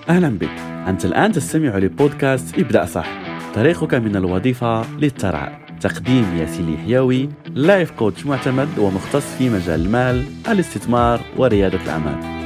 أهلا بك. أنت الآن تستمع لبودكاست ابدأ صح، طريقك من الوظيفة للثراء. تقديم ياسين اليحيوي، لايف كوتش معتمد ومختص في مجال المال، الاستثمار وريادة الأعمال.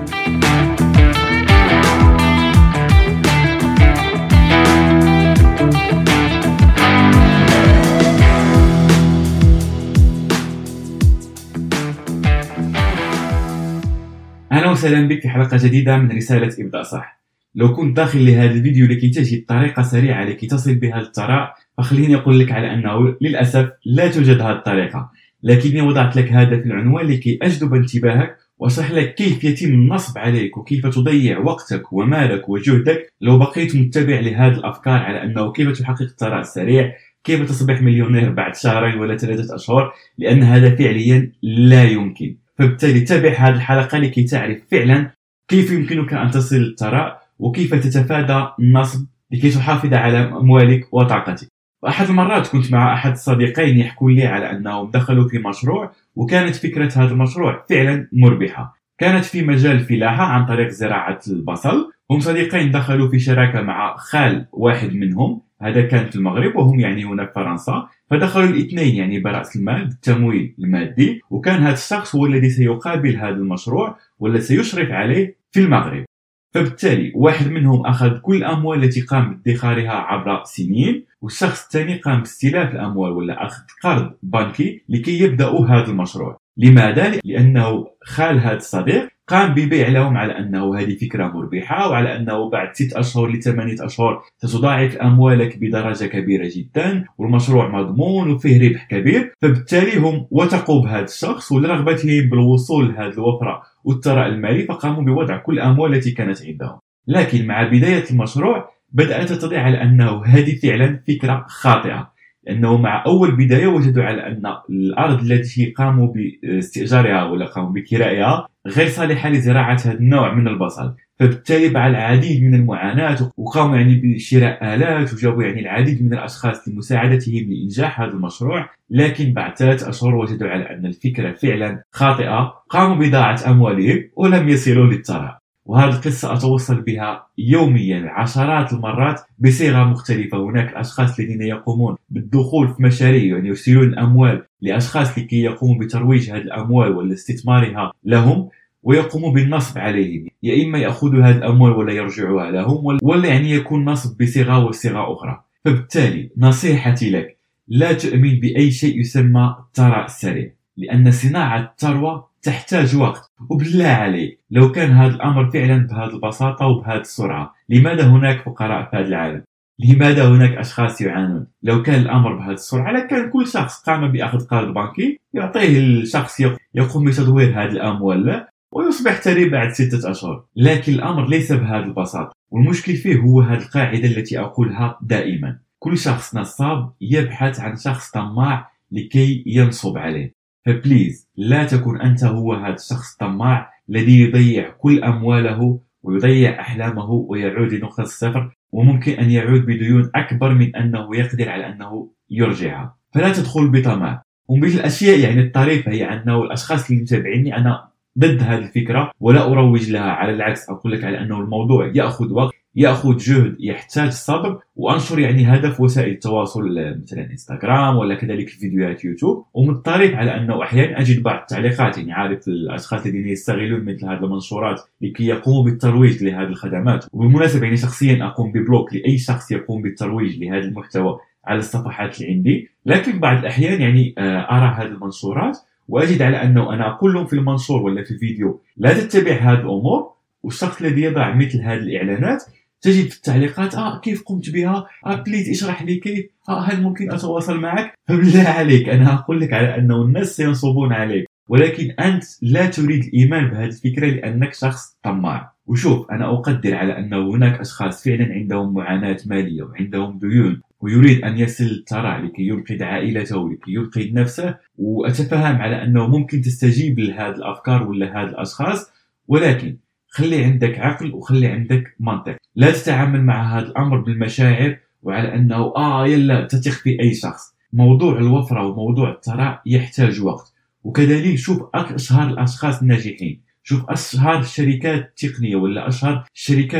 أهلا وسهلا بك في حلقة جديدة من رسالة ابدأ صح. لو كنت داخل لهذا الفيديو لكي تجد طريقة سريعة لكي تصل بها للثراء، فخليني أقول لك على أنه للأسف لا توجد هذه الطريقة، لكني وضعت لك هذا في العنوان لكي أجذب انتباهك وأشرح لك كيف يتم النصب عليك وكيف تضيع وقتك ومالك وجهدك لو بقيت متبع لهذه الأفكار على أنه كيف تحقق الثراء السريع، كيف تصبح مليونير بعد شهرين ولا 3 أشهر، لأن هذا فعليا لا يمكن. فبالتالي تابع هذه الحلقة لكي تعرف فعلا كيف يمكنك أن تصل للثراء وكيف تتفادى النصب لكي تحافظ على أموالك وطاقتك. وأحد المرات كنت مع أحد الصديقين يحكون لي على أنهم دخلوا في مشروع، وكانت فكرة هذا المشروع فعلا مربحة. كانت في مجال الفلاحة عن طريق زراعة البصل. هم صديقين دخلوا في شراكة مع خال واحد منهم، هذا كان في المغرب وهم يعني هنا في فرنسا. فدخلوا الاثنين يعني برأس المال بالتمويل المادي، وكان هذا الشخص هو الذي سيقابل هذا المشروع والذي سيشرف عليه في المغرب. فبالتالي واحد منهم أخذ كل الأموال التي قام بادخارها عبر سنين، والشخص الثاني قام باستلاف الأموال ولا أخذ قرض بنكي لكي يبدأوا هذا المشروع. لماذا؟ لأنه خال هذا الصديق قام ببيع لهم على أنه هذه فكرة مربحة، وعلى أنه بعد 6 أشهر ل8 أشهر ستضاعف أموالك بدرجة كبيرة جدا، والمشروع مضمون وفيه ربح كبير. فبالتالي هم وثقوا بهذا الشخص ولرغبتهم بالوصول لهذه الوفرة والثراء المالي، فقاموا بوضع كل الأموال التي كانت عندهم. لكن مع بداية المشروع بدأت تتضح على أنه هذه فعلا فكرة خاطئة، لأنه مع أول بداية وجدوا على أن الأرض التي قاموا باستئجارها ولا قاموا بكرائها غير صالحة لزراعة هذا النوع من البصل. فبالتالي بعد العديد من المعاناة وقاموا يعني بشراء آلات وجابوا يعني العديد من الأشخاص لمساعدتهم لإنجاح هذا المشروع. لكن بعد 3 أشهر وجدوا على أن الفكرة فعلا خاطئة، قاموا بضاعة أموالهم ولم يصلوا للثراء. وهذه القصة أتوصل بها يوميا عشرات المرات بصيغة مختلفة. هناك أشخاص الذين يقومون بالدخول في مشاريع يعني يرسلون الأموال لأشخاص لكي يقوموا بترويج هذه الأموال ولا استثمارها لهم، ويقوموا بالنصب عليهم، يا إما يأخذوا هذه الأموال ولا يرجعوها لهم، ولا يعني يكون نصب بصيغة وصيغة أخرى. فبالتالي نصيحتي لك، لا تؤمن بأي شيء يسمى الثراء السريع، لأن صناعة الثروة تحتاج وقت. وبالله عليك لو كان هذا الأمر فعلا بهذه البساطة وبهذه السرعة، لماذا هناك فقراء في هذا العالم؟ لماذا هناك أشخاص يعانون؟ لو كان الأمر بهذه السرعة لكان كل شخص قام بأخذ قرض بنكي يعطيه الشخص يقوم بتدوير هذه الأموال له ويصبح ثري بعد 6 أشهر. لكن الأمر ليس بهذه البساطة، والمشكل فيه هو هذه القاعدة التي أقولها دائما: كل شخص نصاب يبحث عن شخص طماع لكي ينصب عليه. فبليز لا تكن أنت هو هذا الشخص الطماع الذي يضيع كل أمواله ويضيع أحلامه ويعود لنقطة الصفر، وممكن أن يعود بديون أكبر من أنه يقدر على أنه يرجعها. فلا تدخل بطمع. ومن الأشياء يعني الطريفة هي أنه الأشخاص اللي متابعيني أنا ضد هذه الفكرة ولا أروج لها، على العكس أقول لك على أنه الموضوع يأخذ وقت، يأخذ جهد، يحتاج صبر. وأنشر يعني هدف وسائل التواصل مثلا انستغرام ولا كذلك فيديوهات يوتيوب. ومن الطريف على أنه أحيانا أجد بعض التعليقات، يعني عارف الأشخاص الذين يستغلون مثل هذه المنشورات لكي يقوموا بالترويج لهذه الخدمات. وبالمناسبة يعني شخصيا أقوم ببلوك لأي شخص يقوم بالترويج لهذا المحتوى على الصفحات اللي عندي. لكن بعض الأحيان يعني أرى هذه المنشورات وأجد على أنه أنا أقول لهم في المنشور ولا في الفيديو لا تتبع هذه الأمور، والشخص الذي يضع مثل هذه الإعلانات تجد في التعليقات كيف قمت بها، بليز اشرح لي كيف، هل ممكن أتواصل معك؟ فبالله عليك أنا أقول لك على أنه الناس سينصبون عليك، ولكن أنت لا تريد الإيمان بهذه الفكرة لأنك شخص طماع. وشوف أنا أقدر على أنه هناك أشخاص فعلا عندهم معاناة مالية وعندهم ديون ويريد أن يصل للثراء لكي ينقذ عائلته لكي ينقذ نفسه، وأتفهم على أنه ممكن تستجيب لهذه الأفكار ولا هذه الأشخاص، ولكن خلي عندك عقل وخلي عندك منطق. لا تتعامل مع هذا الأمر بالمشاعر وعلى أنه يلا تثق في أي شخص. موضوع الوفرة وموضوع الثراء يحتاج وقت. وكذلك شوف أشهر الأشخاص الناجحين، شوف أشهر الشركات التقنية ولا أشهر الشركات في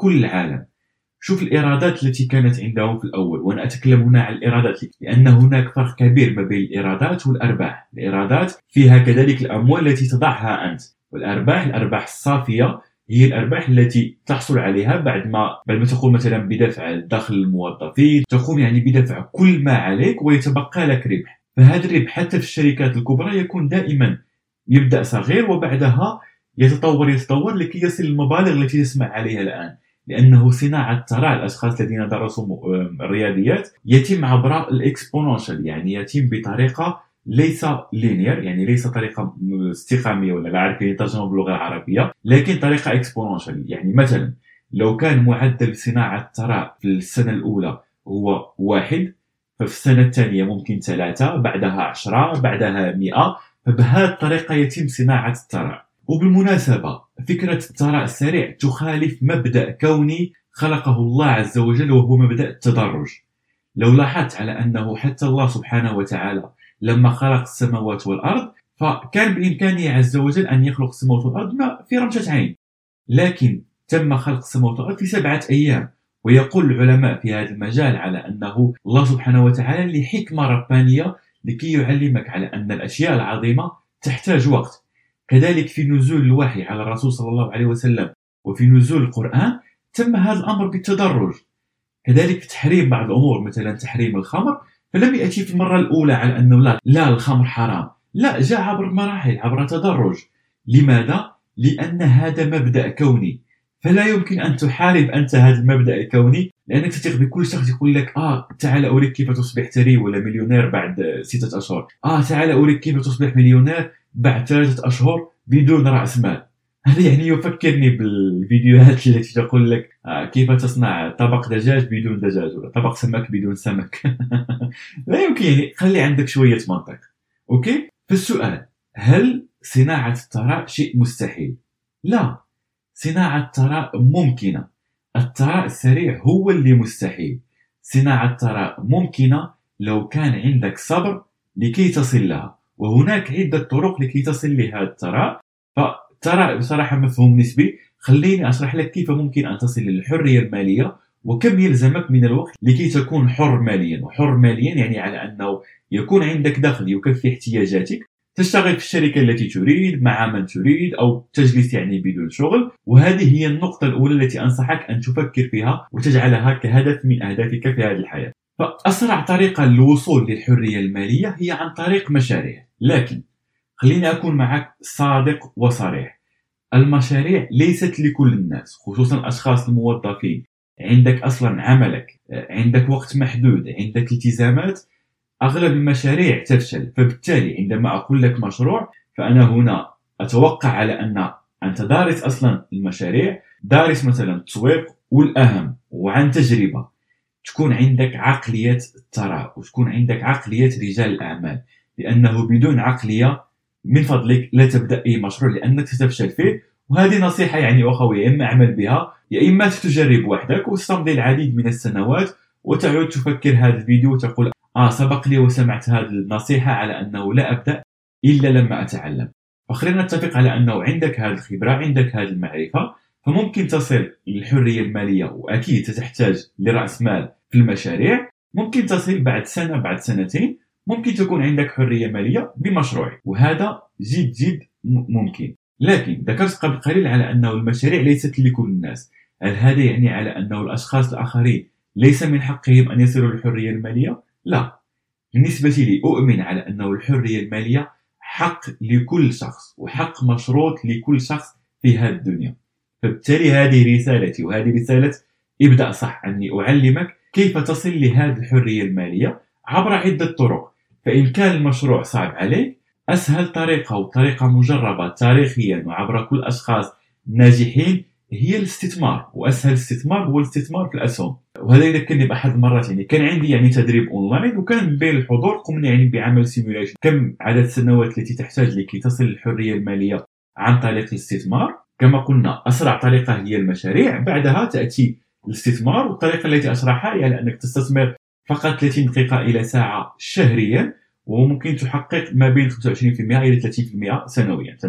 كل العالم. شوف الإيرادات التي كانت عندهم في الأول، وأنا أتكلم هنا عن الإيرادات لأن هناك فرق كبير ما بين الإيرادات والأرباح. الإيرادات فيها كذلك الأموال التي تضعها أنت، والأرباح الصافية هي الأرباح التي تحصل عليها بعد ما تقوم مثلا بدفع دخل الموظفين، تقوم يعني بدفع كل ما عليك ويتبقى لك ربح. فهذا الربح حتى في الشركات الكبرى يكون دائما يبدأ صغير وبعدها يتطور لكي يصل المبالغ التي تسمع عليها الآن. لأنه صناعة ثراء الأشخاص الذين درسوا الرياضيات يتم عبر الإكسبوننشال، يعني يتم بطريقة ليس لينير، يعني ليس طريقة استقامية ولا لا أعرف كيف ترجمة باللغة العربية، لكن طريقة إكسبوننشال. يعني مثلا لو كان معدل صناعة الثراء في السنة الأولى هو 1، ففي السنة الثانية ممكن 3، بعدها 10، بعدها 100. فبهذه الطريقة يتم صناعة الثراء. وبالمناسبة فكرة الثراء السريع تخالف مبدأ كوني خلقه الله عز وجل، وهو مبدأ التدرج. لو لاحظت على أنه حتى الله سبحانه وتعالى لما خلق السماوات والأرض فكان بإمكانه عز وجل أن يخلق السماوات والأرض في رمشة عين، لكن تم خلق السماوات والأرض في 7 أيام. ويقول العلماء في هذا المجال على أنه الله سبحانه وتعالى لحكمة ربانية لكي يعلمك على أن الأشياء العظيمة تحتاج وقت. كذلك في نزول الوحي على الرسول صلى الله عليه وسلم وفي نزول القرآن تم هذا الأمر بالتدرج. كذلك في تحريم بعض الأمور مثلا تحريم الخمر، فلم يأتي في المرة الأولى على أنه لا الخمر حرام، لا، جاء عبر مراحل، عبر تدرج. لماذا؟ لأن هذا مبدأ كوني، فلا يمكن أن تحارب أنت هذا المبدأ الكوني، لأنك تثق بكل شخص يقول لك تعال أريك كيف تصبح ثري ولا مليونير بعد 6 أشهر، تعال أريك كيف تصبح مليونير بعد 3 أشهر بدون رأس مال. هذا يعني يفكرني بالفيديوهات التي تقول لك كيف تصنع طبق دجاج بدون دجاج ولا طبق سمك بدون سمك. لا يمكن، يعني خلي عندك شوية منطق. أوكي؟ فالسؤال، هل صناعة الثراء شيء مستحيل؟ لا، صناعة الثراء ممكنة. الثراء السريع هو اللي مستحيل. صناعة الثراء ممكنة لو كان عندك صبر لكي تصل لها، وهناك عدة طرق لكي تصل لهذا الثراء. فالثراء بصراحة مفهوم نسبي. خليني أشرح لك كيف ممكن أن تصل للحرية المالية وكم يلزمك من الوقت لكي تكون حر ماليا. وحر ماليا يعني على أنه يكون عندك دخل يكفي احتياجاتك، تشتغل في الشركة التي تريد مع من تريد، أو تجلس يعني بدون شغل. وهذه هي النقطة الأولى التي أنصحك أن تفكر فيها وتجعلها كهدف من أهدافك في هذه الحياة. فأسرع طريقة للوصول للحرية المالية هي عن طريق مشاريع. لكن خليني أكون معك صادق وصريح، المشاريع ليست لكل الناس، خصوصا الأشخاص الموظفين. عندك أصلا عملك، عندك وقت محدود، عندك التزامات. أغلب المشاريع تفشل. فبالتالي عندما أقول لك مشروع فأنا هنا أتوقع على أن أنت دارس أصلا المشاريع، دارس مثلا التسويق، والأهم وعن تجربة تكون عندك عقلية الثراء وتكون عندك عقلية رجال الأعمال. لأنه بدون عقلية من فضلك لا تبدأ أي مشروع لأنك ستفشل فيه. وهذه نصيحة يعني أخوي، يا إما أعمل بها يا إما تجرب وحدك وستمضي العديد من السنوات وتعود تفكر هذا الفيديو وتقول سبق لي وسمعت هذه النصيحة على أنه لا أبدأ إلا لما أتعلم. فخلينا نتفق على أنه عندك هذه الخبرة، عندك هذه المعرفة، فممكن تصل للحرية المالية. وأكيد تحتاج لرأس مال في المشاريع. ممكن تصل بعد سنة، بعد سنتين ممكن تكون عندك حرية مالية بمشروعك، وهذا جد ممكن. لكن ذكرت قبل قليل على أنه المشاريع ليست لكل الناس. هل هذا يعني على أنه الأشخاص الآخرين ليس من حقهم أن يصلوا للحرية المالية؟ لا، بالنسبة لي أؤمن على أنه الحرية المالية حق لكل شخص وحق مشروط لكل شخص في هذه الدنيا. فبالتالي هذه رسالتي وهذه رسالة ابدأ صح، أني أعلمك كيف تصل لهذه الحرية المالية عبر عدة طرق. فإن كان المشروع صعب عليك، أسهل طريقة وطريقة مجربة تاريخيا وعبر كل أشخاص ناجحين هي الاستثمار. وأسهل استثمار هو الاستثمار في الأسهم. وهذا يذكرني بأحد المرات، يعني كان عندي يعني تدريب أونلاين، وكان بين الحضور قمنا يعني بعمل سيموليشن كم عدد السنوات التي تحتاج لكي تصل للحرية المالية عن طريق الاستثمار. كما قلنا أسرع طريقة هي المشاريع، بعدها تأتي الاستثمار. والطريقة التي أشرحها هي أنك تستثمر فقط 30 دقيقة إلى ساعة شهريا، وممكن تحقق ما بين 25% إلى 30% سنويا. تمام؟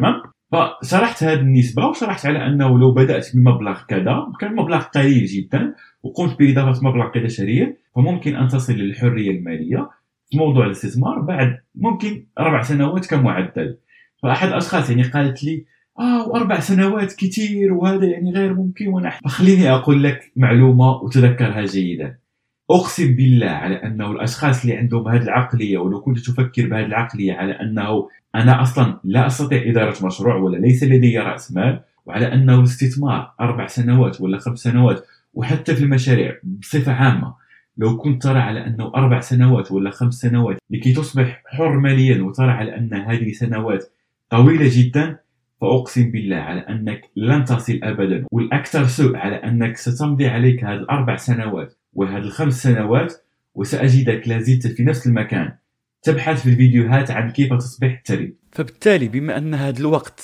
فشرحت هذه النسبة وشرحت على أنه لو بدأت بمبلغ كذا، كان مبلغ قليل جدا، وقمت بإضافة مبلغ كذا شهريا، فممكن أن تصل للحرية المالية في موضوع الاستثمار بعد ممكن 4 سنوات كمعدل. فأحد الأشخاص يعني قالت لي 4 سنوات كتير وهذا يعني غير ممكن ونحن. فخليني أقول لك معلومة وتذكرها جيدا. أقسم بالله على أنه الأشخاص اللي عندهم هذه العقلية، ولو كنت تفكر بهذه العقلية على أنه أنا أصلا لا أستطيع إدارة مشروع ولا ليس لدي رأس مال، وعلى أنه الاستثمار 4 سنوات ولا 5 سنوات، وحتى في المشاريع بصفة عامة لو كنت ترى على أنه 4 سنوات ولا 5 سنوات لكي تصبح حر ماليا، وترى على أن هذه سنوات طويلة جدا، فأقسم بالله على أنك لن تصل أبدا. والأكثر سوء على أنك ستمضي عليك هذه 4 سنوات وهذه 5 سنوات وسأجدك لازلت في نفس المكان تبحث في الفيديوهات عن كيف تصبح ثري. فبالتالي بما أن هذا الوقت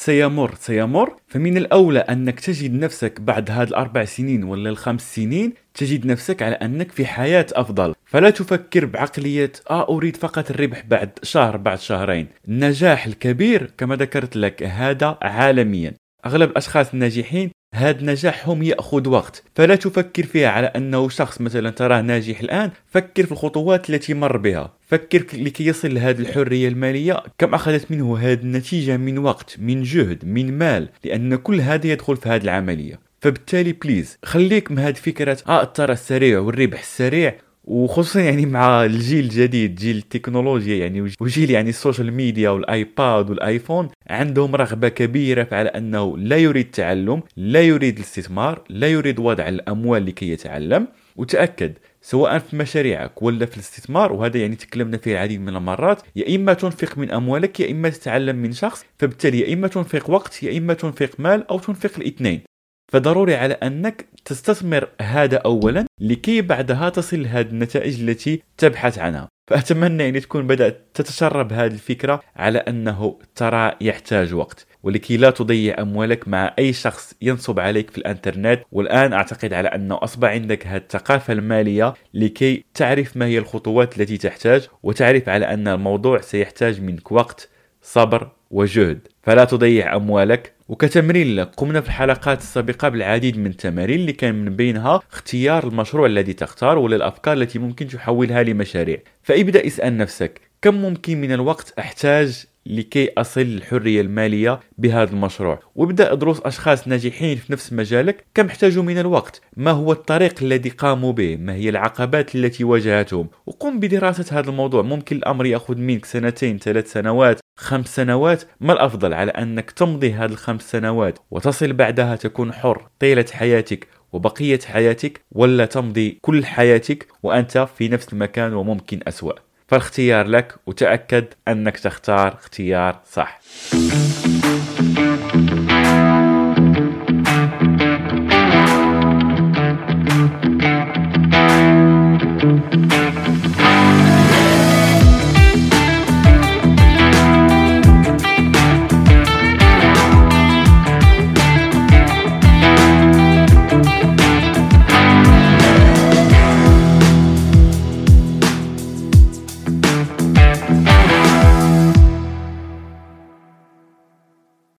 سيمر فمن الأولى أنك تجد نفسك بعد هذه 4 سنين ولا 5 سنين تجد نفسك على أنك في حياة أفضل. فلا تفكر بعقلية أريد فقط الربح بعد شهر بعد شهرين. النجاح الكبير كما ذكرت لك هذا عالميا، أغلب الأشخاص الناجحين هذا نجاحهم يأخذ وقت. فلا تفكر فيها على أنه شخص مثلا تراه ناجح الآن، فكر في الخطوات التي مر بها، فكر لكي يصل لهذه الحرية المالية كم أخذت منه هذه النتيجة من وقت، من جهد، من مال، لأن كل هذا يدخل في هذه العملية. فبالتالي بليز خليك من هذه فكرة الثراء السريع والربح السريع، وخصوصا يعني مع الجيل الجديد، جيل التكنولوجيا يعني، وجيل يعني السوشيال ميديا والايباد والايفون، عندهم رغبة كبيرة على أنه لا يريد تعلم، لا يريد الاستثمار، لا يريد وضع الأموال لكي يتعلم. وتأكد سواء في مشاريعك ولا في الاستثمار، وهذا يعني تكلمنا فيه العديد من المرات، يا إما تنفق من أموالك يا إما تتعلم من شخص. فبالتالي يا إما تنفق وقت يا إما تنفق مال أو تنفق الاثنين. فضروري على أنك تستثمر هذا أولا لكي بعدها تصل لهذه النتائج التي تبحث عنها. فأتمنى أن تكون بدأت تتشرب هذه الفكرة على أنه ترى يحتاج وقت، ولكي لا تضيع أموالك مع أي شخص ينصب عليك في الانترنت. والآن أعتقد على أنه أصبح عندك هذه الثقافة المالية لكي تعرف ما هي الخطوات التي تحتاج، وتعرف على أن الموضوع سيحتاج منك وقت، صبر وجهد. فلا تضيع أموالك. وكتمرين لك، قمنا في الحلقات السابقة بالعديد من التمارين اللي كان من بينها اختيار المشروع الذي تختار ولا الأفكار التي ممكن تحولها لمشاريع. فابدأ اسأل نفسك كم ممكن من الوقت أحتاج لكي أصل للحرية المالية بهذا المشروع، وابدأ أدرس أشخاص ناجحين في نفس مجالك كم احتاجوا من الوقت، ما هو الطريق الذي قاموا به، ما هي العقبات التي واجهتهم، وقم بدراسة هذا الموضوع. ممكن الأمر يأخذ منك 2 3 سنوات 5 سنوات، ما الأفضل على أنك تمضي هذه 5 سنوات وتصل بعدها تكون حر طيلة حياتك وبقية حياتك، ولا تمضي كل حياتك وأنت في نفس المكان وممكن أسوأ؟ فالاختيار لك، وتأكد أنك تختار اختيار صح.